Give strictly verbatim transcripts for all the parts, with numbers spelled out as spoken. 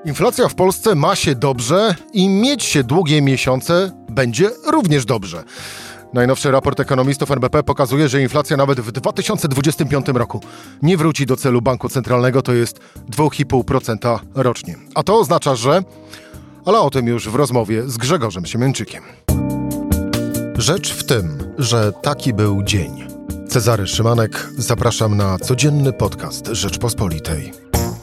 Inflacja w Polsce ma się dobrze i mieć się długie miesiące będzie również dobrze. Najnowszy raport ekonomistów N B P pokazuje, że inflacja nawet w dwa tysiące dwudziestym piątym roku nie wróci do celu banku centralnego, to jest dwa i pół procent rocznie. A to oznacza, że... Ale o tym już w rozmowie z Grzegorzem Siemienczykiem. Rzecz w tym, że taki był dzień. Cezary Szymanek, zapraszam na codzienny podcast Rzeczpospolitej.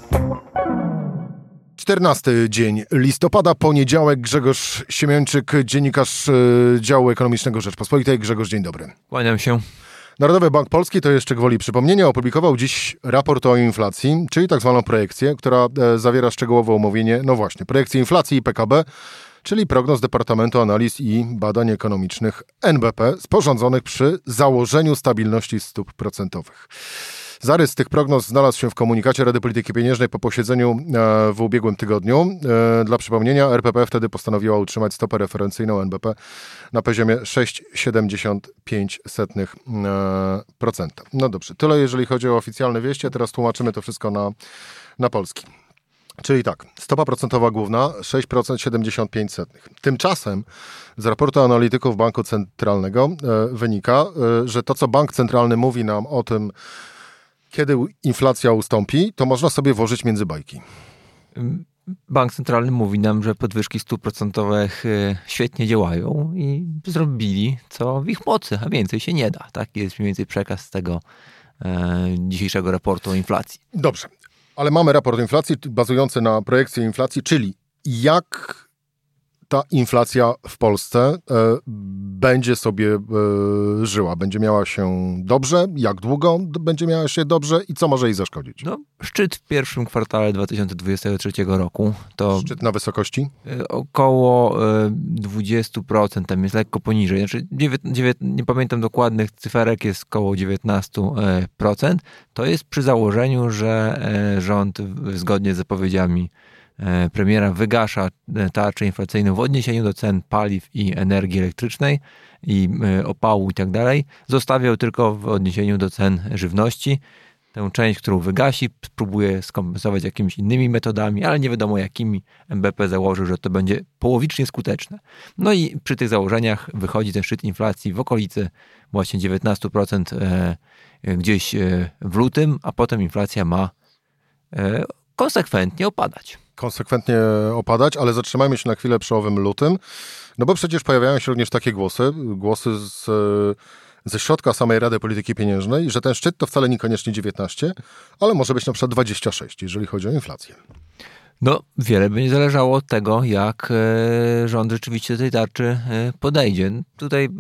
czternasty dzień listopada, poniedziałek. Grzegorz Siemienczyk, dziennikarz y, działu ekonomicznego Rzeczpospolitej. Grzegorz, dzień dobry. Kłaniam się. Narodowy Bank Polski, to jeszcze gwoli przypomnienia, opublikował dziś raport o inflacji, czyli tak zwaną projekcję, która e, zawiera szczegółowe omówienie, no właśnie, projekcji inflacji i P K B, czyli prognoz Departamentu Analiz i Badań Ekonomicznych N B P, sporządzonych przy założeniu stabilności stóp procentowych. Zarys tych prognoz znalazł się w komunikacie Rady Polityki Pieniężnej po posiedzeniu e, w ubiegłym tygodniu. E, dla przypomnienia, R P P wtedy postanowiła utrzymać stopę referencyjną N B P na poziomie sześć przecinek siedemdziesiąt pięć procent. No dobrze, tyle jeżeli chodzi o oficjalne wieści, a teraz tłumaczymy to wszystko na, na polski. Czyli tak, stopa procentowa główna sześć przecinek siedemdziesiąt pięć procent. Tymczasem z raportu analityków Banku Centralnego e, wynika, e, że to, co Bank Centralny mówi nam o tym, kiedy inflacja ustąpi, to można sobie włożyć między bajki. Bank Centralny mówi nam, że podwyżki stóp procentowych świetnie działają i zrobili co w ich mocy, a więcej się nie da. Taki jest mniej więcej przekaz z tego e, dzisiejszego raportu o inflacji. Dobrze, ale mamy raport inflacji bazujący na projekcji inflacji, czyli jak ta inflacja w Polsce e, będzie sobie e, żyła. Będzie miała się dobrze, jak długo będzie miała się dobrze i co może jej zaszkodzić? No, szczyt w pierwszym kwartale dwa tysiące dwudziestego trzeciego roku to... Szczyt na wysokości? E, około e, dwadzieścia procent, tam jest lekko poniżej. Znaczy, dziewię- dziewię- nie pamiętam dokładnych cyferek, jest około dziewiętnaście procent. To jest przy założeniu, że e, rząd w, zgodnie z zapowiedziami premiera wygasza tarczę inflacyjną w odniesieniu do cen paliw i energii elektrycznej i opału i tak dalej. Zostawiał tylko w odniesieniu do cen żywności. Tę część, którą wygasi, spróbuje skompensować jakimiś innymi metodami, ale nie wiadomo jakimi. N B P założył, że to będzie połowicznie skuteczne. No i przy tych założeniach wychodzi ten szczyt inflacji w okolicy właśnie dziewiętnaście procent gdzieś w lutym, a potem inflacja ma konsekwentnie opadać. konsekwentnie opadać, ale zatrzymajmy się na chwilę przy owym lutym, no bo przecież pojawiają się również takie głosy, głosy z, ze środka samej Rady Polityki Pieniężnej, że ten szczyt to wcale niekoniecznie dziewiętnaście, ale może być na przykład dwadzieścia sześć, jeżeli chodzi o inflację. No, wiele będzie zależało od tego, jak rząd rzeczywiście do tej tarczy podejdzie. Tutaj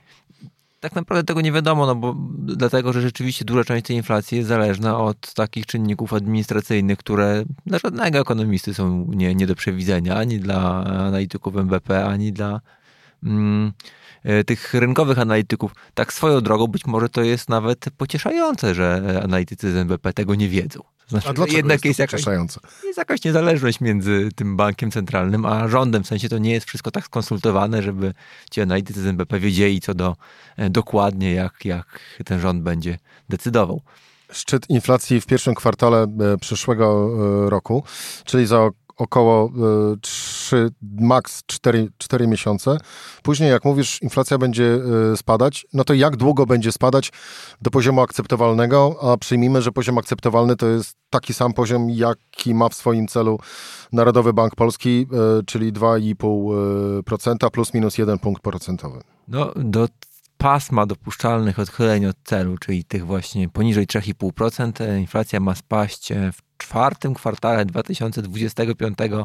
tak naprawdę tego nie wiadomo, no bo dlatego, że rzeczywiście duża część tej inflacji jest zależna od takich czynników administracyjnych, które dla żadnego ekonomisty są nie, nie do przewidzenia, ani dla analityków N B P, ani dla mm, tych rynkowych analityków. Tak swoją drogą być może to jest nawet pocieszające, że analitycy z N B P tego nie wiedzą. Znaczy, a dlaczego jednak jest to jest jakaś, jest jakaś niezależność między tym bankiem centralnym a rządem. W sensie to nie jest wszystko tak skonsultowane, żeby ci analitycy z N B P wiedzieli co do dokładnie, jak, jak ten rząd będzie decydował. Szczyt inflacji w pierwszym kwartale przyszłego roku, czyli za około trzy, maks cztery miesiące. Później, jak mówisz, inflacja będzie spadać, no to jak długo będzie spadać do poziomu akceptowalnego, a przyjmijmy, że poziom akceptowalny to jest taki sam poziom, jaki ma w swoim celu Narodowy Bank Polski, czyli dwa i pół procent plus minus jeden punkt procentowy. No, do pasma dopuszczalnych odchyleń od celu, czyli tych właśnie poniżej trzy i pół procent, inflacja ma spaść w czwartym kwartale dwa tysiące dwudziestego piątego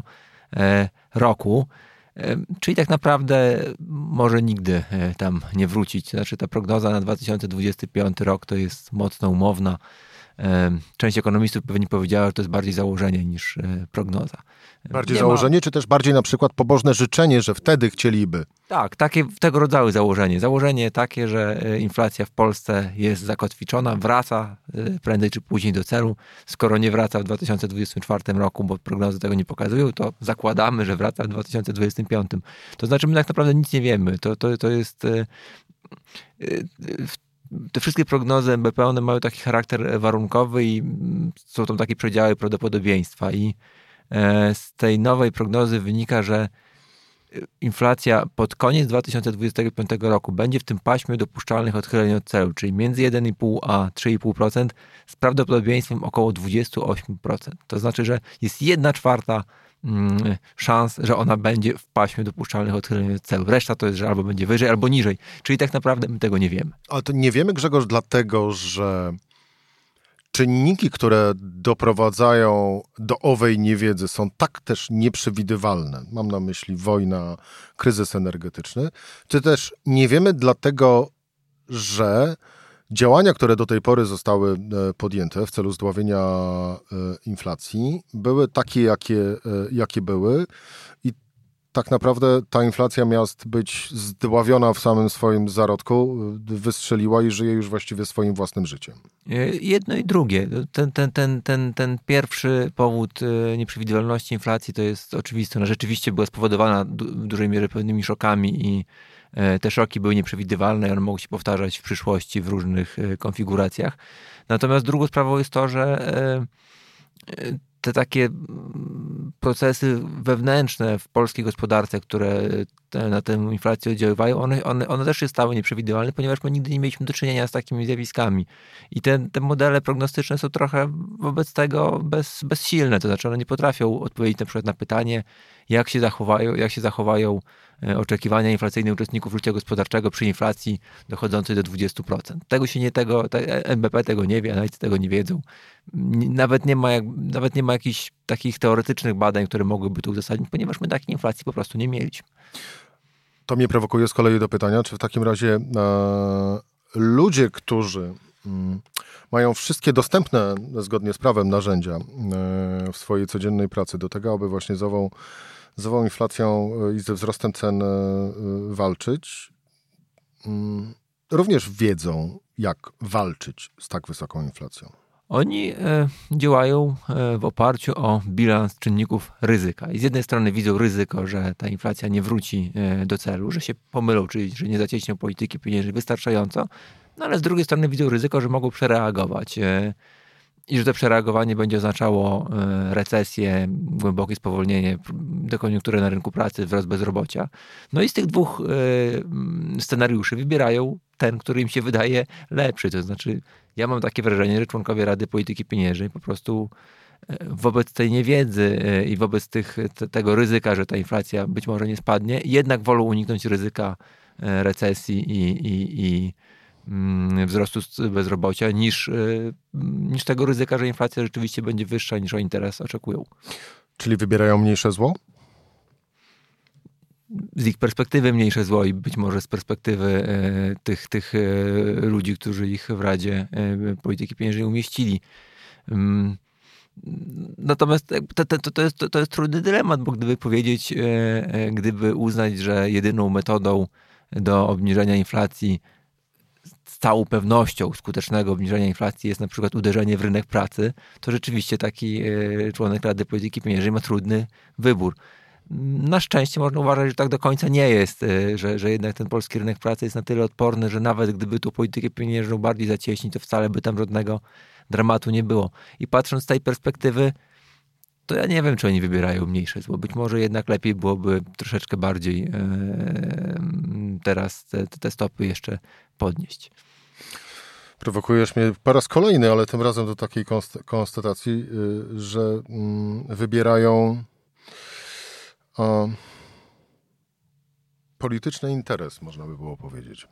roku, czyli tak naprawdę może nigdy tam nie wrócić. Znaczy ta prognoza na dwa tysiące dwudziesty piąty rok to jest mocno umowna. Część ekonomistów pewnie powiedziała, że to jest bardziej założenie niż prognoza. Bardziej nie założenie, ma... czy też bardziej na przykład pobożne życzenie, że wtedy chcieliby? Tak, takie, tego rodzaju założenie. Założenie takie, że inflacja w Polsce jest zakotwiczona, wraca prędzej czy później do celu. Skoro nie wraca w dwa tysiące dwudziestym czwartym roku, bo prognozy tego nie pokazują, to zakładamy, że wraca w dwa tysiące dwudziestym piątym. To znaczy my tak naprawdę nic nie wiemy. To, to, to jest... Te wszystkie prognozy N B P, one mają taki charakter warunkowy i są tam takie przedziały prawdopodobieństwa i z tej nowej prognozy wynika, że inflacja pod koniec dwa tysiące dwudziestego piątego roku będzie w tym paśmie dopuszczalnych odchyleń od celu, czyli między jeden i pół a trzy i pół procent z prawdopodobieństwem około dwadzieścia osiem procent. To znaczy, że jest jedna czwarta mm, szans, że ona będzie w paśmie dopuszczalnych odchyleń od celu. Reszta to jest, że albo będzie wyżej, albo niżej. Czyli tak naprawdę my tego nie wiemy. Ale to nie wiemy, Grzegorz, dlatego, że czynniki, które doprowadzają do owej niewiedzy, są tak też nieprzewidywalne. Mam na myśli wojna, kryzys energetyczny. Czy też nie wiemy dlatego, że działania, które do tej pory zostały podjęte w celu zdławienia inflacji, były takie, jakie, jakie były i tak naprawdę ta inflacja miała być zdławiona w samym swoim zarodku, wystrzeliła i żyje już właściwie swoim własnym życiem. Jedno i drugie. Ten, ten, ten, ten, ten pierwszy powód nieprzewidywalności inflacji to jest oczywiste. Ona rzeczywiście była spowodowana w dużej mierze pewnymi szokami i te szoki były nieprzewidywalne i one mogły się powtarzać w przyszłości w różnych konfiguracjach. Natomiast drugą sprawą jest to, że te takie procesy wewnętrzne w polskiej gospodarce, które na tę inflację oddziaływają, one, one, one też się stały nieprzewidywalne, ponieważ my nigdy nie mieliśmy do czynienia z takimi zjawiskami. I te, te modele prognostyczne są trochę wobec tego bez, bezsilne, to znaczy one nie potrafią odpowiedzieć na przykład na pytanie, jak się zachowają, jak się zachowają oczekiwania inflacyjne uczestników życia gospodarczego przy inflacji dochodzącej do dwudziestu procent. Tego się nie, tego, N B P tego nie wie, analitycy tego nie wiedzą. Nawet nie ma, jak, nawet nie ma jakichś takich teoretycznych badań, które mogłyby to uzasadnić, ponieważ my takiej inflacji po prostu nie mieliśmy. To mnie prowokuje z kolei do pytania, czy w takim razie e, ludzie, którzy m, mają wszystkie dostępne zgodnie z prawem narzędzia e, w swojej codziennej pracy do tego, aby właśnie z ową, z ową inflacją i ze wzrostem cen e, walczyć, m, również wiedzą, jak walczyć z tak wysoką inflacją. Oni e, działają e, w oparciu o bilans czynników ryzyka. I z jednej strony widzą ryzyko, że ta inflacja nie wróci e, do celu, że się pomylą, czyli że nie zacieśnią polityki pieniężnej wystarczająco, no ale z drugiej strony widzą ryzyko, że mogą przereagować e, i że to przereagowanie będzie oznaczało e, recesję, głębokie spowolnienie, dekoniunkturę na rynku pracy, wzrost bezrobocia. No i z tych dwóch e, scenariuszy wybierają ten, który im się wydaje lepszy. To znaczy, ja mam takie wrażenie, że członkowie Rady Polityki Pieniężnej po prostu wobec tej niewiedzy i wobec tych, te, tego ryzyka, że ta inflacja być może nie spadnie, jednak wolą uniknąć ryzyka recesji i, i, i mm, wzrostu bezrobocia niż, niż tego ryzyka, że inflacja rzeczywiście będzie wyższa niż oni teraz oczekują. Czyli wybierają mniejsze zło? Z ich perspektywy mniejsze zło i być może z perspektywy e, tych, tych e, ludzi, którzy ich w Radzie e, Polityki Pieniężnej umieścili. Um, natomiast to, to, to, jest, to jest trudny dylemat, bo gdyby powiedzieć, e, e, gdyby uznać, że jedyną metodą do obniżenia inflacji, z całą pewnością skutecznego obniżenia inflacji jest na przykład uderzenie w rynek pracy, to rzeczywiście taki e, członek Rady Polityki Pieniężnej ma trudny wybór. Na szczęście można uważać, że tak do końca nie jest, że, że jednak ten polski rynek pracy jest na tyle odporny, że nawet gdyby tu politykę pieniężną bardziej zacieśnić, to wcale by tam żadnego dramatu nie było. I patrząc z tej perspektywy, to ja nie wiem, czy oni wybierają mniejsze zło. Być może jednak lepiej byłoby troszeczkę bardziej e, teraz te, te stopy jeszcze podnieść. Prowokujesz mnie po raz kolejny, ale tym razem do takiej konst- konstatacji, że mm, wybierają a, polityczny interes, można by było powiedzieć.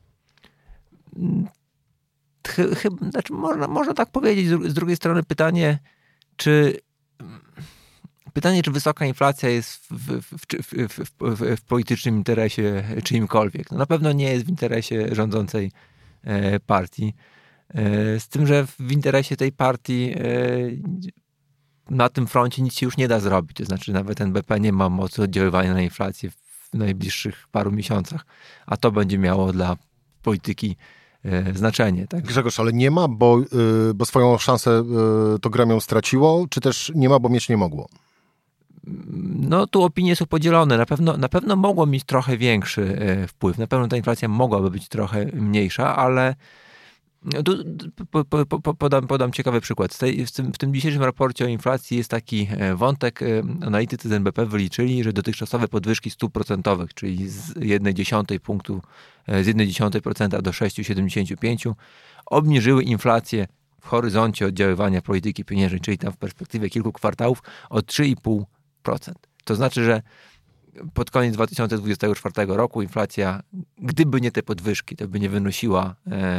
Chyba, znaczy można, można tak powiedzieć. Z drugiej strony pytanie, czy pytanie, czy wysoka inflacja jest w, w, w, w, w, w politycznym interesie czyimkolwiek. No na pewno nie jest w interesie rządzącej e, partii. E, z tym, że w interesie tej partii e, na tym froncie nic się już nie da zrobić. To znaczy nawet N B P nie ma mocy oddziaływania na inflację w najbliższych paru miesiącach, a to będzie miało dla polityki e, znaczenie. Tak? Grzegorz, ale nie ma, bo, yy, bo swoją szansę yy, to gremium straciło, czy też nie ma, bo mieć nie mogło? No tu opinie są podzielone. Na pewno, na pewno mogło mieć trochę większy e, wpływ. Na pewno ta inflacja mogłaby być trochę mniejsza, ale No tu, po, po, po, podam, podam ciekawy przykład. W, tej, w, tym, w tym dzisiejszym raporcie o inflacji jest taki wątek. Analitycy z en be pe wyliczyli, że dotychczasowe podwyżki stóp procentowych, czyli z jednej dziesiątej punktu, z jednej dziesiątej procenta do sześć przecinek siedemdziesiąt pięć, obniżyły inflację w horyzoncie oddziaływania polityki pieniężnej, czyli tam w perspektywie kilku kwartałów, o trzy przecinek pięć procent. To znaczy, że pod koniec dwa tysiące dwudziestego czwartego roku inflacja, gdyby nie te podwyżki, to by nie wynosiła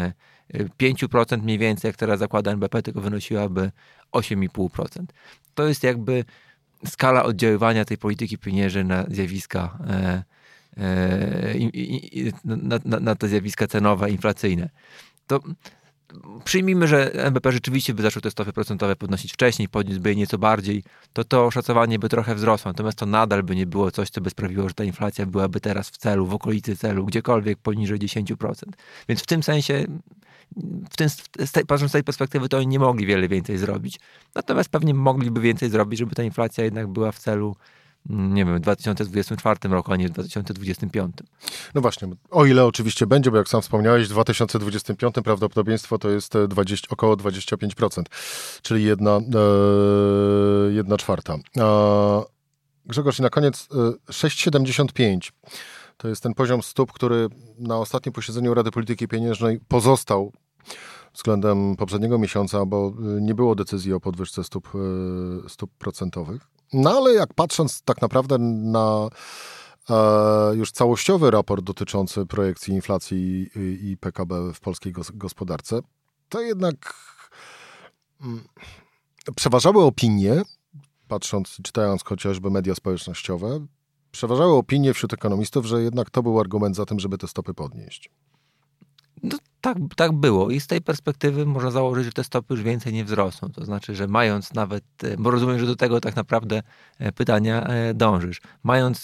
pięć procent mniej więcej, jak teraz zakłada en be pe, tylko wynosiłaby osiem przecinek pięć procent. To jest jakby skala oddziaływania tej polityki pieniężnej na zjawiska e, e, i, na, na, na te zjawiska cenowe, inflacyjne. To przyjmijmy, że en be pe rzeczywiście by zaczął te stopy procentowe podnosić wcześniej, podniósłby je nieco bardziej, to to oszacowanie by trochę wzrosło, natomiast to nadal by nie było coś, co by sprawiło, że ta inflacja byłaby teraz w celu, w okolicy celu, gdziekolwiek poniżej dziesięć procent. Więc w tym sensie, w tym, z tej, patrząc z tej perspektywy, to oni nie mogli wiele więcej zrobić. Natomiast pewnie mogliby więcej zrobić, żeby ta inflacja jednak była w celu, nie wiem, w dwa tysiące dwudziestym czwartym roku, a nie w dwa tysiące dwudziestym piątym. No właśnie, o ile oczywiście będzie, bo jak sam wspomniałeś, w dwa tysiące dwudziestym piątym prawdopodobieństwo to jest dwadzieścia, około dwadzieścia pięć procent, czyli jedna, e, jedna czwarta. E, Grzegorz, i na koniec e, sześć przecinek siedemdziesiąt pięć. To jest ten poziom stóp, który na ostatnim posiedzeniu Rady Polityki Pieniężnej pozostał względem poprzedniego miesiąca, bo nie było decyzji o podwyżce stóp, stóp procentowych. No ale jak patrząc tak naprawdę na e, już całościowy raport dotyczący projekcji inflacji i, i pe ka be w polskiej gos, gospodarce, to jednak mm, przeważały opinie, patrząc, czytając chociażby media społecznościowe, przeważały opinie wśród ekonomistów, że jednak to był argument za tym, żeby te stopy podnieść. No, tak, tak było i z tej perspektywy można założyć, że te stopy już więcej nie wzrosną. To znaczy, że mając nawet, bo rozumiem, że do tego tak naprawdę pytania dążysz, mając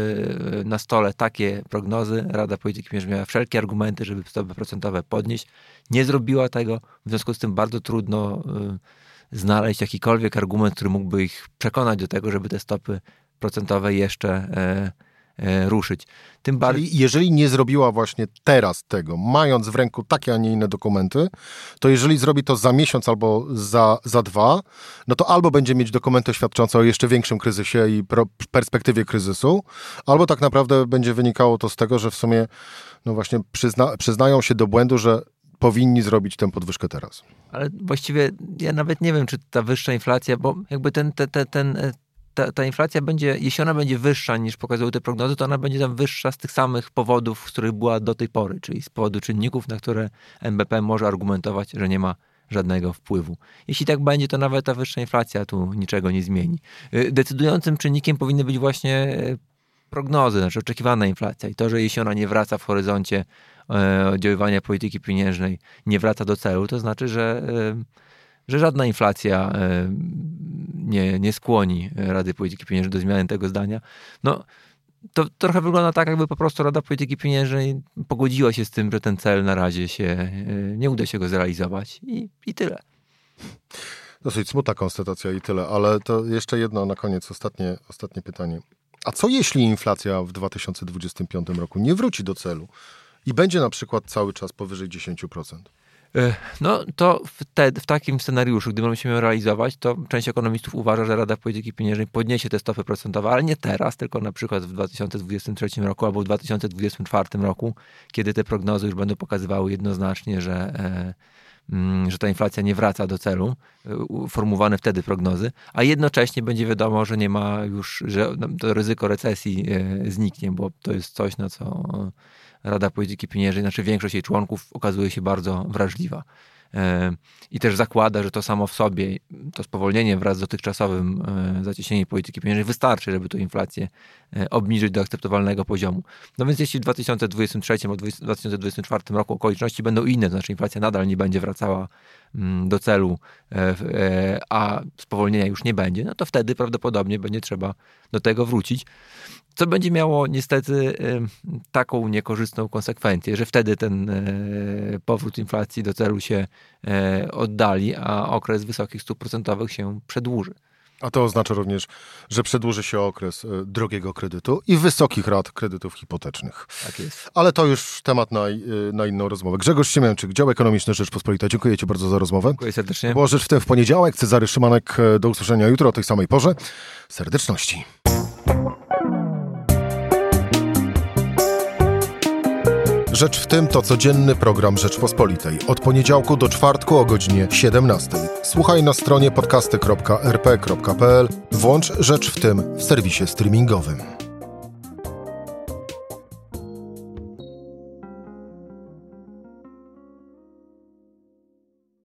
na stole takie prognozy, Rada Polityki Pieniężnej miała wszelkie argumenty, żeby stopy procentowe podnieść. Nie zrobiła tego, w związku z tym bardzo trudno znaleźć jakikolwiek argument, który mógłby ich przekonać do tego, żeby te stopy procentowe jeszcze ruszyć. Tym bardziej... Czyli jeżeli nie zrobiła właśnie teraz tego, mając w ręku takie, a nie inne dokumenty, to jeżeli zrobi to za miesiąc albo za, za dwa, no to albo będzie mieć dokumenty świadczące o jeszcze większym kryzysie i pro, perspektywie kryzysu, albo tak naprawdę będzie wynikało to z tego, że w sumie no właśnie przyzna, przyznają się do błędu, że powinni zrobić tę podwyżkę teraz. Ale właściwie ja nawet nie wiem, czy ta wyższa inflacja, bo jakby ten, ten, ten, ten Ta, ta inflacja będzie, jeśli ona będzie wyższa niż pokazują te prognozy, to ona będzie tam wyższa z tych samych powodów, z których była do tej pory, czyli z powodu czynników, na które en be pe może argumentować, że nie ma żadnego wpływu. Jeśli tak będzie, to nawet ta wyższa inflacja tu niczego nie zmieni. Decydującym czynnikiem powinny być właśnie prognozy, znaczy oczekiwana inflacja i to, że jeśli ona nie wraca w horyzoncie oddziaływania polityki pieniężnej, nie wraca do celu, to znaczy, że że żadna inflacja nie, nie skłoni Rady Polityki Pieniężnej do zmiany tego zdania. No, to trochę wygląda tak, jakby po prostu Rada Polityki Pieniężnej pogodziła się z tym, że ten cel na razie się, nie uda się go zrealizować i, i tyle. Dosyć smutna konstatacja i tyle, ale to jeszcze jedno na koniec, ostatnie, ostatnie pytanie. A co jeśli inflacja w dwa tysiące dwudziestym piątym roku nie wróci do celu i będzie na przykład cały czas powyżej dziesięć procent? No to wtedy, w takim scenariuszu, gdy mamy się miał realizować, to część ekonomistów uważa, że Rada Polityki Pieniężnej podniesie te stopy procentowe, ale nie teraz, tylko na przykład w dwa tysiące dwudziestym trzecim roku albo w dwa tysiące dwudziestym czwartym roku, kiedy te prognozy już będą pokazywały jednoznacznie, że, że ta inflacja nie wraca do celu, formułowane wtedy prognozy, a jednocześnie będzie wiadomo, że nie ma już, że to ryzyko recesji zniknie, bo to jest coś, na co Rada Polityki Pieniężnej, znaczy większość jej członków okazuje się bardzo wrażliwa. I też zakłada, że to samo w sobie, to spowolnienie wraz z dotychczasowym zacieśnieniem polityki pieniężnej wystarczy, żeby tę inflację obniżyć do akceptowalnego poziomu. No więc jeśli w dwa tysiące dwudziestym trzecim albo dwa tysiące dwudziestym czwartym roku okoliczności będą inne, to znaczy inflacja nadal nie będzie wracała do celu, a spowolnienia już nie będzie, no to wtedy prawdopodobnie będzie trzeba do tego wrócić. Co będzie miało niestety taką niekorzystną konsekwencję, że wtedy ten powrót inflacji do celu się oddali, a okres wysokich stóp procentowych się przedłuży. A to oznacza również, że przedłuży się okres drogiego kredytu i wysokich rat kredytów hipotecznych. Tak jest. Ale to już temat na, na inną rozmowę. Grzegorz Siemianczyk, Dział Ekonomiczny Rzeczpospolita. Dziękuję Ci bardzo za rozmowę. Dziękuję serdecznie. Była Rzecz w tym w poniedziałek. Cezary Szymanek. Do usłyszenia jutro o tej samej porze. Serdeczności. Rzecz w tym to codzienny program Rzeczpospolitej. Od poniedziałku do czwartku o godzinie siedemnastej. Słuchaj na stronie podcasty kropka er pe kropka pe el. Włącz Rzecz w tym w serwisie streamingowym.